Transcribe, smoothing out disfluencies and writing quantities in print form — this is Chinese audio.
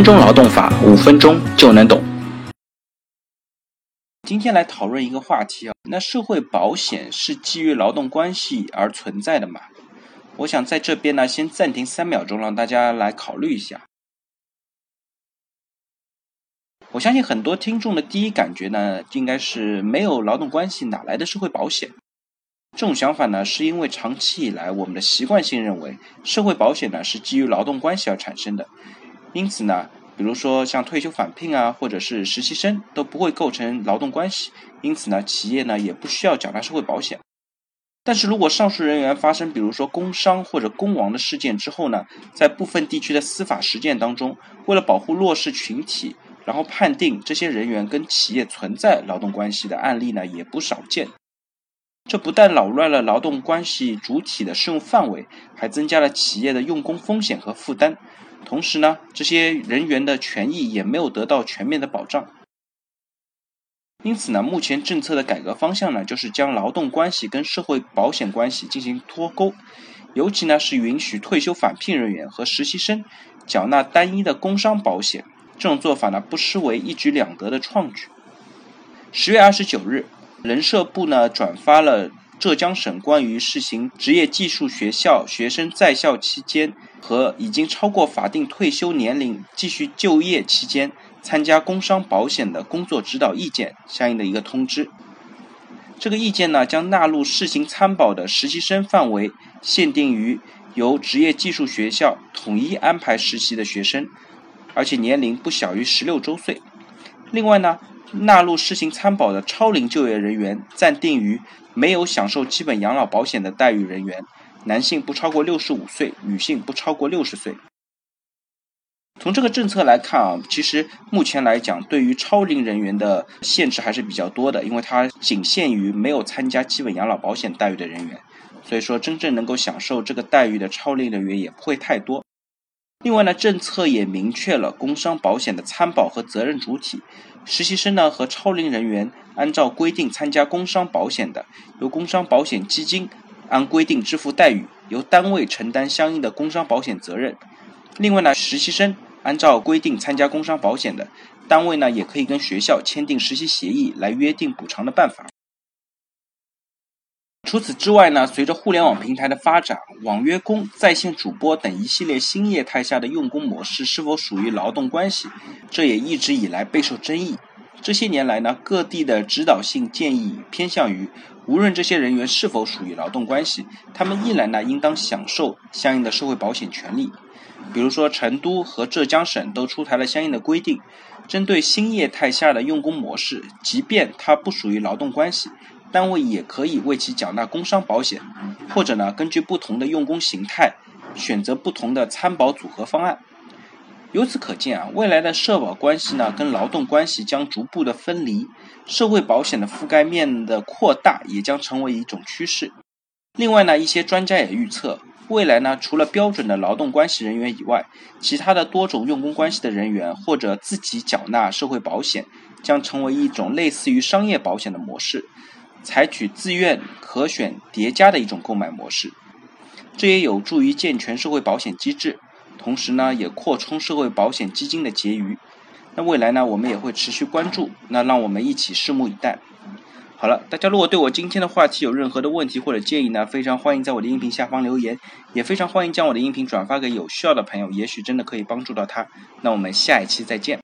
钟劳动法，5分钟就能懂。 今天来讨论一个话题啊，那社会保险是基于劳动关系而存在的吗？我想在这边呢，先暂停3秒钟，让大家来考虑一下。我相信很多听众的第一感觉呢，应该是没有劳动关系哪来的社会保险？这种想法呢，是因为长期以来我们的习惯性认为社会保险呢是基于劳动关系而产生的，因此呢，比如说像退休返聘啊，或者是实习生都不会构成劳动关系，因此呢，企业呢也不需要缴纳社会保险。但是如果上述人员发生比如说工伤或者工亡的事件之后呢，在部分地区的司法实践当中，为了保护弱势群体，然后判定这些人员跟企业存在劳动关系的案例呢也不少见。这不但扰乱了劳动关系主体的适用范围，还增加了企业的用工风险和负担。同时呢，这些人员的权益也没有得到全面的保障。因此呢，目前政策的改革方向呢，就是将劳动关系跟社会保险关系进行脱钩，尤其呢是允许退休返聘人员和实习生缴纳单一的工伤保险。这种做法呢，不失为一举两得的创举。10月29日，人社部呢转发了浙江省关于试行职业技术学校学生在校期间和已经超过法定退休年龄继续就业期间参加工伤保险的工作指导意见相应的一个通知。这个意见呢，将纳入试行参保的实习生范围限定于由职业技术学校统一安排实习的学生，而且年龄不小于16周岁。另外呢，纳入试行参保的超龄就业人员暂定于没有享受基本养老保险的待遇人员，男性不超过65岁，女性不超过60岁。从这个政策来看啊，其实目前来讲，对于超龄人员的限制还是比较多的，因为它仅限于没有参加基本养老保险待遇的人员，所以说真正能够享受这个待遇的超龄人员也不会太多。另外呢，政策也明确了工伤保险的参保和责任主体，实习生呢和超龄人员按照规定参加工伤保险的，由工伤保险基金按规定支付待遇，由单位承担相应的工伤保险责任。另外呢，实习生按照规定参加工伤保险的，单位呢也可以跟学校签订实习协议来约定补偿的办法。除此之外呢，随着互联网平台的发展，网约工、在线主播等一系列新业态下的用工模式是否属于劳动关系，这也一直以来备受争议。这些年来呢，各地的指导性建议偏向于，无论这些人员是否属于劳动关系，他们依然呢应当享受相应的社会保险权利。比如说成都和浙江省都出台了相应的规定，针对新业态下的用工模式，即便它不属于劳动关系，单位也可以为其缴纳工伤保险，或者呢根据不同的用工形态选择不同的参保组合方案。由此可见啊，未来的社保关系呢跟劳动关系将逐步的分离，社会保险的覆盖面的扩大也将成为一种趋势。另外呢，一些专家也预测，未来呢，除了标准的劳动关系人员以外，其他的多种用工关系的人员或者自己缴纳社会保险，将成为一种类似于商业保险的模式，采取自愿、可选、叠加的一种购买模式。这也有助于健全社会保险机制，同时呢，也扩充社会保险基金的结余。那未来呢，我们也会持续关注，那让我们一起拭目以待。好了，大家如果对我今天的话题有任何的问题或者建议呢，非常欢迎在我的音频下方留言，也非常欢迎将我的音频转发给有需要的朋友，也许真的可以帮助到他。那我们下一期再见。